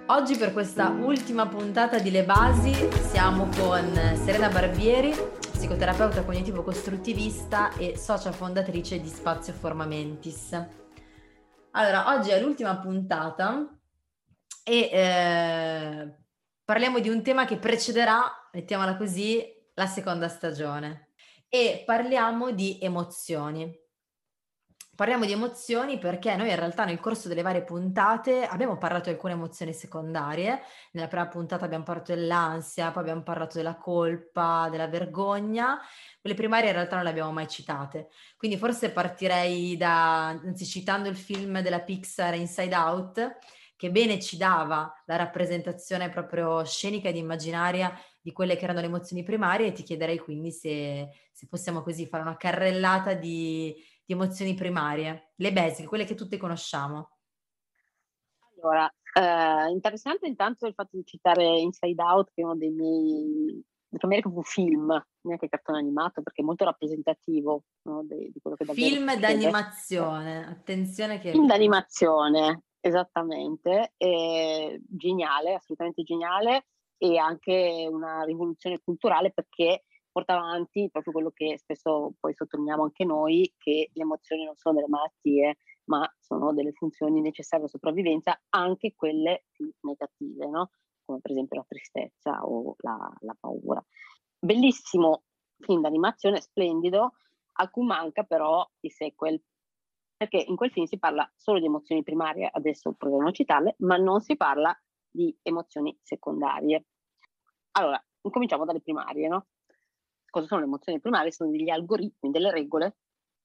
Oggi per questa ultima puntata di Le Basi siamo con Serena Barbieri, psicoterapeuta cognitivo-costruttivista e socia fondatrice di Spazio Formamentis. Allora, oggi è l'ultima puntata e parliamo di un tema che precederà, mettiamola così, la seconda stagione. E parliamo di emozioni. Parliamo di emozioni perché noi in realtà nel corso delle varie puntate abbiamo parlato di alcune emozioni secondarie. Nella prima puntata abbiamo parlato dell'ansia, poi abbiamo parlato della colpa, della vergogna. Quelle primarie in realtà non le abbiamo mai citate. Quindi forse partirei anzi citando il film della Pixar Inside Out, che bene ci dava la rappresentazione proprio scenica ed immaginaria di quelle che erano le emozioni primarie, e ti chiederei quindi se possiamo così fare una carrellata di emozioni primarie, le basic, quelle che tutti conosciamo. Allora, interessante intanto il fatto di citare Inside Out, che è uno dei miei proprio film, neanche cartone animato, perché è molto rappresentativo, no, di quello che davvero Film succede. d'animazione, attenzione Film che... d'animazione, esattamente, geniale, assolutamente geniale, e anche una rivoluzione culturale perché porta avanti proprio quello che spesso poi sottolineiamo anche noi, che le emozioni non sono delle malattie, ma sono delle funzioni necessarie alla sopravvivenza, anche quelle più negative, no? Come per esempio la tristezza o la paura. Bellissimo film d'animazione, splendido, a cui manca però il sequel, perché in quel film si parla solo di emozioni primarie, adesso proviamo a citarle, ma non si parla di emozioni secondarie. Allora, incominciamo dalle primarie, no? Cosa sono le emozioni primarie? Sono degli algoritmi, delle regole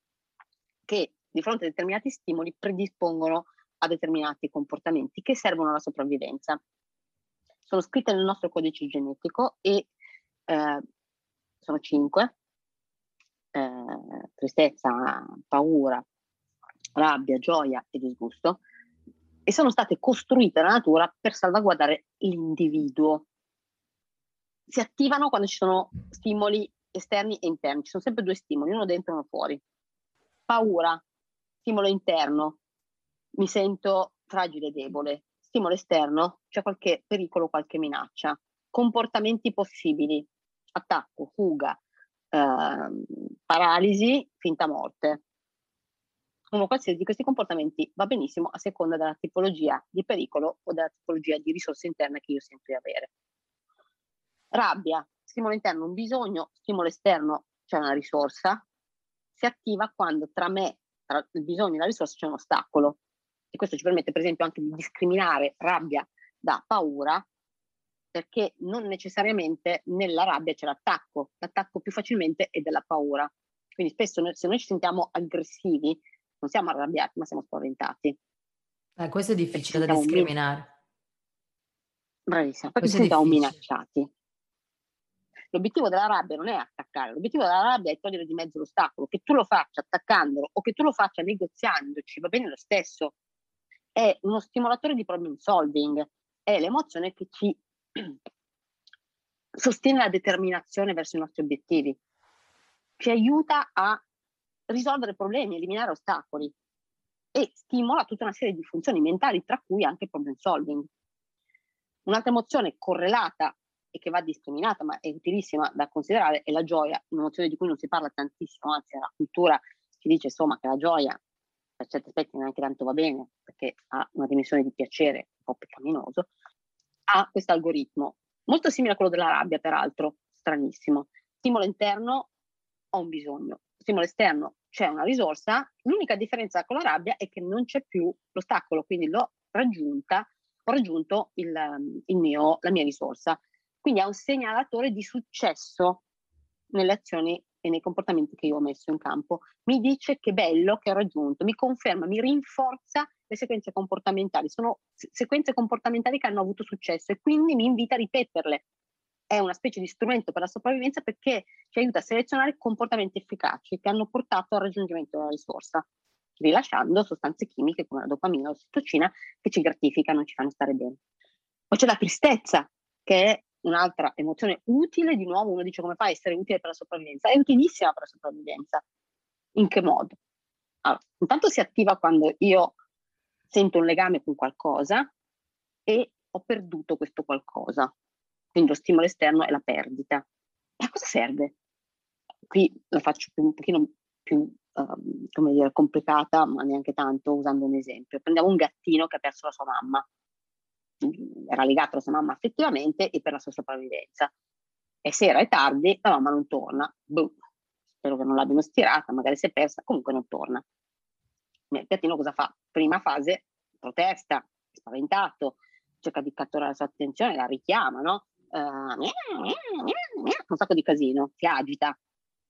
che di fronte a determinati stimoli predispongono a determinati comportamenti che servono alla sopravvivenza. Sono scritte nel nostro codice genetico e sono 5: tristezza, paura, rabbia, gioia e disgusto, e sono state costruite dalla natura per salvaguardare l'individuo. Si attivano quando ci sono stimoli esterni e interni, ci sono sempre due stimoli, uno dentro e uno fuori. Paura, stimolo interno, mi sento fragile e debole. Stimolo esterno, c'è qualche pericolo, qualche minaccia. Comportamenti possibili: attacco, fuga, paralisi, finta morte. Uno qualsiasi di questi comportamenti va benissimo a seconda della tipologia di pericolo o della tipologia di risorse interne che io sento di avere. Rabbia, stimolo interno un bisogno, stimolo esterno c'è una risorsa, si attiva quando tra il bisogno e la risorsa c'è un ostacolo, e questo ci permette per esempio anche di discriminare rabbia da paura, perché non necessariamente nella rabbia c'è l'attacco più facilmente è della paura. Quindi spesso se noi ci sentiamo aggressivi non siamo arrabbiati ma siamo spaventati, Questo è perché ci difficile da sentiamo discriminare. bravissima, perché ci Questo è sentiamo difficile. minacciati. L'obiettivo della rabbia non è attaccare, l'obiettivo della rabbia è togliere di mezzo l'ostacolo. Che tu lo faccia attaccandolo o che tu lo faccia negoziandoci, va bene lo stesso. È uno stimolatore di problem solving, è l'emozione che ci sostiene la determinazione verso i nostri obiettivi, ci aiuta a risolvere problemi, eliminare ostacoli e stimola tutta una serie di funzioni mentali, tra cui anche problem solving. Un'altra emozione correlata e che va discriminata, ma è utilissima da considerare, è la gioia, un'emozione di cui non si parla tantissimo, anzi nella cultura si dice insomma che la gioia per certi aspetti neanche tanto va bene, perché ha una dimensione di piacere un po' peccaminoso. Ha questo algoritmo, molto simile a quello della rabbia peraltro, stranissimo. Stimolo interno, ho un bisogno. Stimolo esterno, c'è una risorsa. L'unica differenza con la rabbia è che non c'è più l'ostacolo, quindi ho raggiunto la mia risorsa. Quindi è un segnalatore di successo nelle azioni e nei comportamenti che io ho messo in campo. Mi dice che bello che ho raggiunto, mi conferma, mi rinforza le sequenze comportamentali. Sono sequenze comportamentali che hanno avuto successo e quindi mi invita a ripeterle. È una specie di strumento per la sopravvivenza perché ci aiuta a selezionare comportamenti efficaci che hanno portato al raggiungimento della risorsa, rilasciando sostanze chimiche come la dopamina o l'ossitocina che ci gratificano e ci fanno stare bene. Poi c'è la tristezza, che è un'altra emozione utile. Di nuovo uno dice: come fa a essere utile per la sopravvivenza? È utilissima per la sopravvivenza. In che modo? Allora, intanto si attiva quando io sento un legame con qualcosa e ho perduto questo qualcosa. Quindi lo stimolo esterno è la perdita. E a cosa serve? Qui la faccio un pochino più, come dire, complicata, ma neanche tanto, usando un esempio. Prendiamo un gattino che ha perso la sua mamma. Era legato alla sua mamma affettivamente e per la sua sopravvivenza. È sera, è tardi, la mamma non torna. Boh, spero che non l'abbiano stirata, magari si è persa, comunque non torna. Il gattino cosa fa? Prima fase, protesta, è spaventato, cerca di catturare la sua attenzione, la richiama, no? Un sacco di casino, si agita.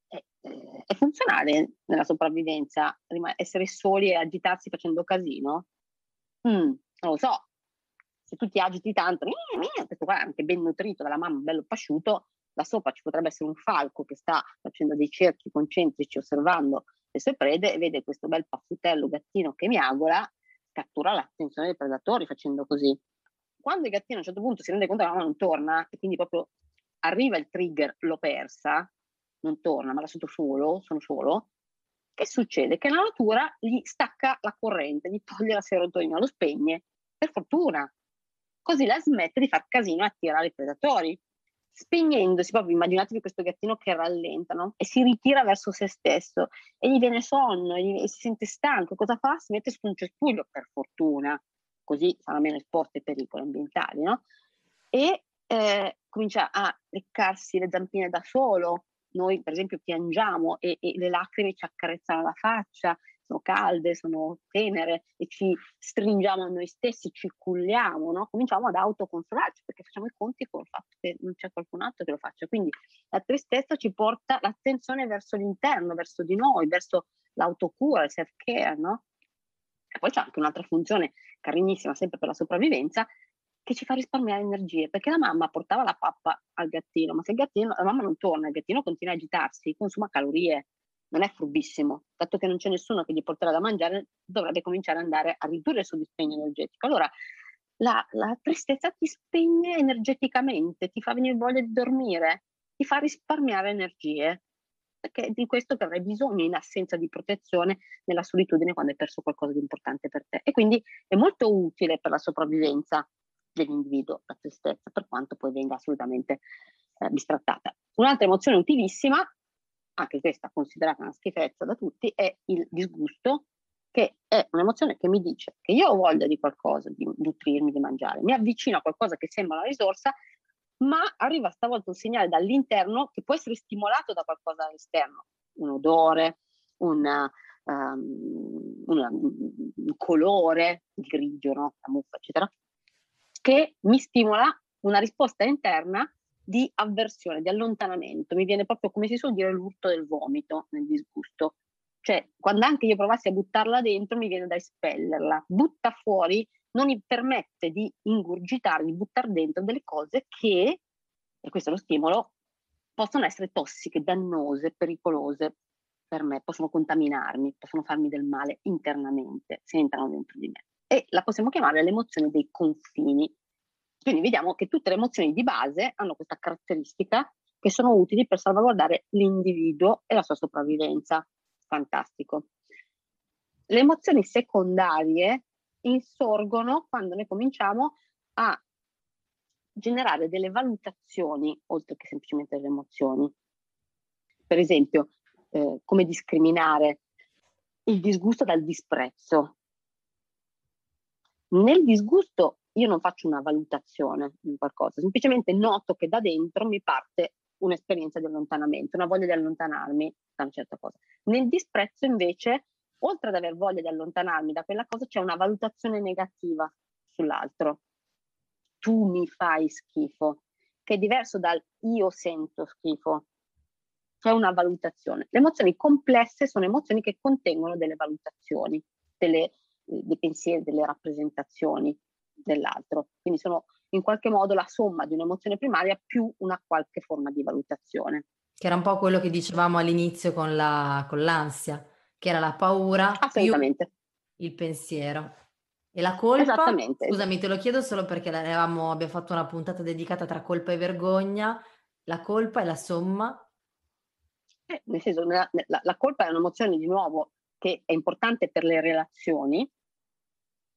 È funzionale nella sopravvivenza essere soli e agitarsi facendo casino? Non lo so. Se tu ti agiti tanto, questo qua è anche ben nutrito dalla mamma, bello pasciuto, là sopra ci potrebbe essere un falco che sta facendo dei cerchi concentrici osservando le sue prede e vede questo bel paffutello gattino che miagola, cattura l'attenzione dei predatori facendo così. Quando il gattino a un certo punto si rende conto che la mamma non torna e quindi proprio arriva il trigger, l'ho persa, non torna, ma la sento solo, sono solo, che succede? Che la natura gli stacca la corrente, gli toglie la serotonina, lo spegne, per fortuna. Così la smette di far casino e attirare i predatori. Spegnendosi, proprio immaginatevi questo gattino che rallenta, no? E si ritira verso se stesso e gli viene sonno e si sente stanco. Cosa fa? Si mette su un cespuglio, per fortuna, così sarà meno esposto ai pericoli ambientali, no? E comincia a leccarsi le zampine da solo. Noi, per esempio, piangiamo e le lacrime ci accarezzano la faccia, sono calde, sono tenere e ci stringiamo a noi stessi, ci culliamo, no? Cominciamo ad autoconsolarci perché facciamo i conti con il fatto che non c'è qualcun altro che lo faccia. Quindi la tristezza ci porta l'attenzione verso l'interno, verso di noi, verso l'autocura, il self-care, no? E poi c'è anche un'altra funzione carinissima, sempre per la sopravvivenza, che ci fa risparmiare energie, perché la mamma portava la pappa al gattino, ma se la mamma non torna, il gattino continua a agitarsi, consuma calorie, non è furbissimo, dato che non c'è nessuno che gli porterà da mangiare, dovrebbe cominciare ad andare a ridurre il suo dispendio energetico. Allora la tristezza ti spegne energeticamente, ti fa venire voglia di dormire, ti fa risparmiare energie, perché è di questo che avrai bisogno in assenza di protezione nella solitudine quando hai perso qualcosa di importante per te. E quindi è molto utile per la sopravvivenza dell'individuo, la tristezza, per quanto poi venga assolutamente bistrattata. Un'altra emozione utilissima, anche questa considerata una schifezza da tutti, è il disgusto, che è un'emozione che mi dice che io ho voglia di qualcosa, di nutrirmi, di mangiare, mi avvicino a qualcosa che sembra una risorsa, ma arriva stavolta un segnale dall'interno che può essere stimolato da qualcosa dall'esterno, un odore, un colore, il grigio, no? La muffa, eccetera, che mi stimola una risposta interna di avversione, di allontanamento. Mi viene proprio, come si suol dire, l'urto del vomito nel disgusto. Cioè, quando anche io provassi a buttarla dentro, mi viene da espellerla. Butta fuori, non mi permette di ingurgitare, di buttare dentro delle cose che, e questo è lo stimolo, possono essere tossiche, dannose, pericolose per me, possono contaminarmi, possono farmi del male internamente, se entrano dentro di me. E la possiamo chiamare l'emozione dei confini. Quindi vediamo che tutte le emozioni di base hanno questa caratteristica che sono utili per salvaguardare l'individuo e la sua sopravvivenza. Fantastico. Le emozioni secondarie insorgono quando noi cominciamo a generare delle valutazioni oltre che semplicemente delle emozioni. Per esempio, come discriminare il disgusto dal disprezzo. Nel disgusto io non faccio una valutazione di qualcosa, semplicemente noto che da dentro mi parte un'esperienza di allontanamento, una voglia di allontanarmi da una certa cosa. Nel disprezzo invece, oltre ad aver voglia di allontanarmi da quella cosa, c'è una valutazione negativa sull'altro. Tu mi fai schifo, che è diverso dal io sento schifo. C'è una valutazione. Le emozioni complesse sono emozioni che contengono delle valutazioni, dei pensieri, delle rappresentazioni dell'altro. Quindi sono in qualche modo la somma di un'emozione primaria più una qualche forma di valutazione. Che era un po' quello che dicevamo all'inizio con l'ansia, che era la paura più Assolutamente. il pensiero. E la colpa? Esattamente. Scusami, te lo chiedo solo perché abbiamo fatto una puntata dedicata tra colpa e vergogna. La colpa è la somma? Nel senso, la colpa è un'emozione di nuovo che è importante per le relazioni,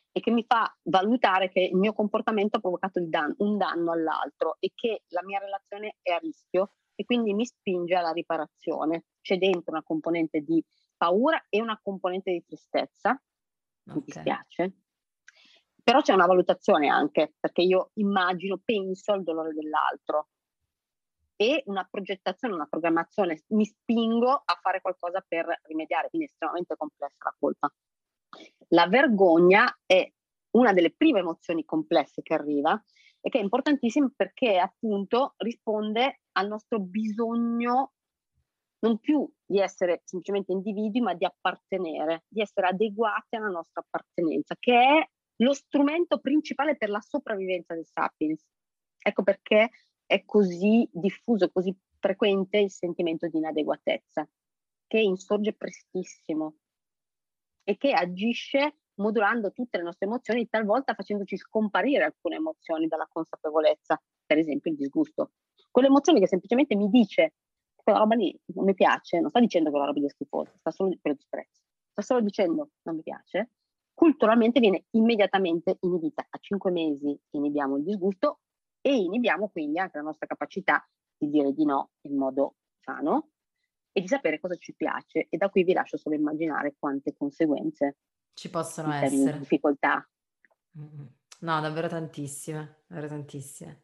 e che mi fa valutare che il mio comportamento ha provocato un danno all'altro e che la mia relazione è a rischio e quindi mi spinge alla riparazione. C'è dentro una componente di paura e una componente di tristezza, mi dispiace, però c'è una valutazione anche, perché io immagino, penso al dolore dell'altro e una progettazione, una programmazione, mi spingo a fare qualcosa per rimediare, quindi è estremamente complessa la colpa. La vergogna è una delle prime emozioni complesse che arriva e che è importantissima perché appunto risponde al nostro bisogno non più di essere semplicemente individui, ma di appartenere, di essere adeguati alla nostra appartenenza, che è lo strumento principale per la sopravvivenza del Sapiens. Ecco perché è così diffuso, così frequente il sentimento di inadeguatezza, che insorge prestissimo e che agisce modulando tutte le nostre emozioni, talvolta facendoci scomparire alcune emozioni dalla consapevolezza, per esempio il disgusto. Quell'emozione che semplicemente mi dice quella roba lì non mi piace, non sta dicendo che la roba lì è schifosa, sta solo per disprezzo, sta solo dicendo non mi piace, culturalmente viene immediatamente inibita. A 5 mesi inibiamo il disgusto e inibiamo quindi anche la nostra capacità di dire di no in modo sano e di sapere cosa ci piace, e da qui vi lascio solo immaginare quante conseguenze ci possono in termini di essere. difficoltà. No, davvero tantissime, davvero tantissime.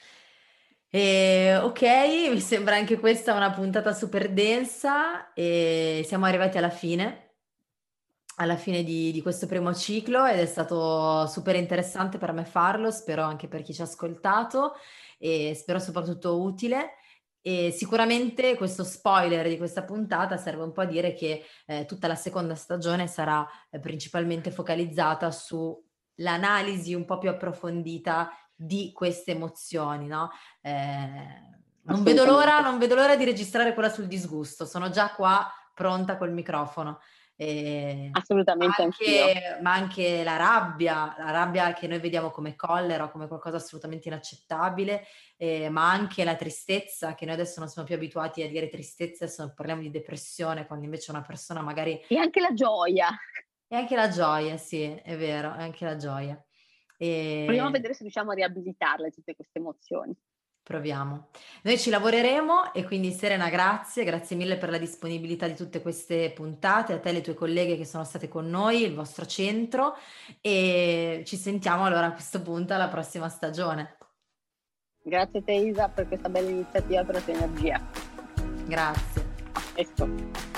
Ok, mi sembra anche questa una puntata super densa e siamo arrivati alla fine di questo primo ciclo, ed è stato super interessante per me farlo, spero anche per chi ci ha ascoltato e spero soprattutto utile. E sicuramente questo spoiler di questa puntata serve un po' a dire che tutta la seconda stagione sarà principalmente focalizzata sull'analisi un po' più approfondita di queste emozioni, no? Non vedo l'ora di registrare quella sul disgusto, sono già qua pronta col microfono. Assolutamente anch'io. Ma anche la rabbia che noi vediamo come collera o come qualcosa assolutamente inaccettabile, ma anche la tristezza, che noi adesso non siamo più abituati a dire tristezza, adesso parliamo di depressione, quando invece una persona magari... E anche la gioia. E anche la gioia, sì, è vero, è anche la gioia. Proviamo a vedere se riusciamo a riabilitarle tutte queste emozioni. Proviamo. Noi ci lavoreremo e quindi Serena, grazie mille per la disponibilità di tutte queste puntate, a te e le tue colleghe che sono state con noi, il vostro centro, e ci sentiamo allora a questo punto alla prossima stagione. Grazie a te Isa per questa bella iniziativa, per la tua energia. Grazie. A presto.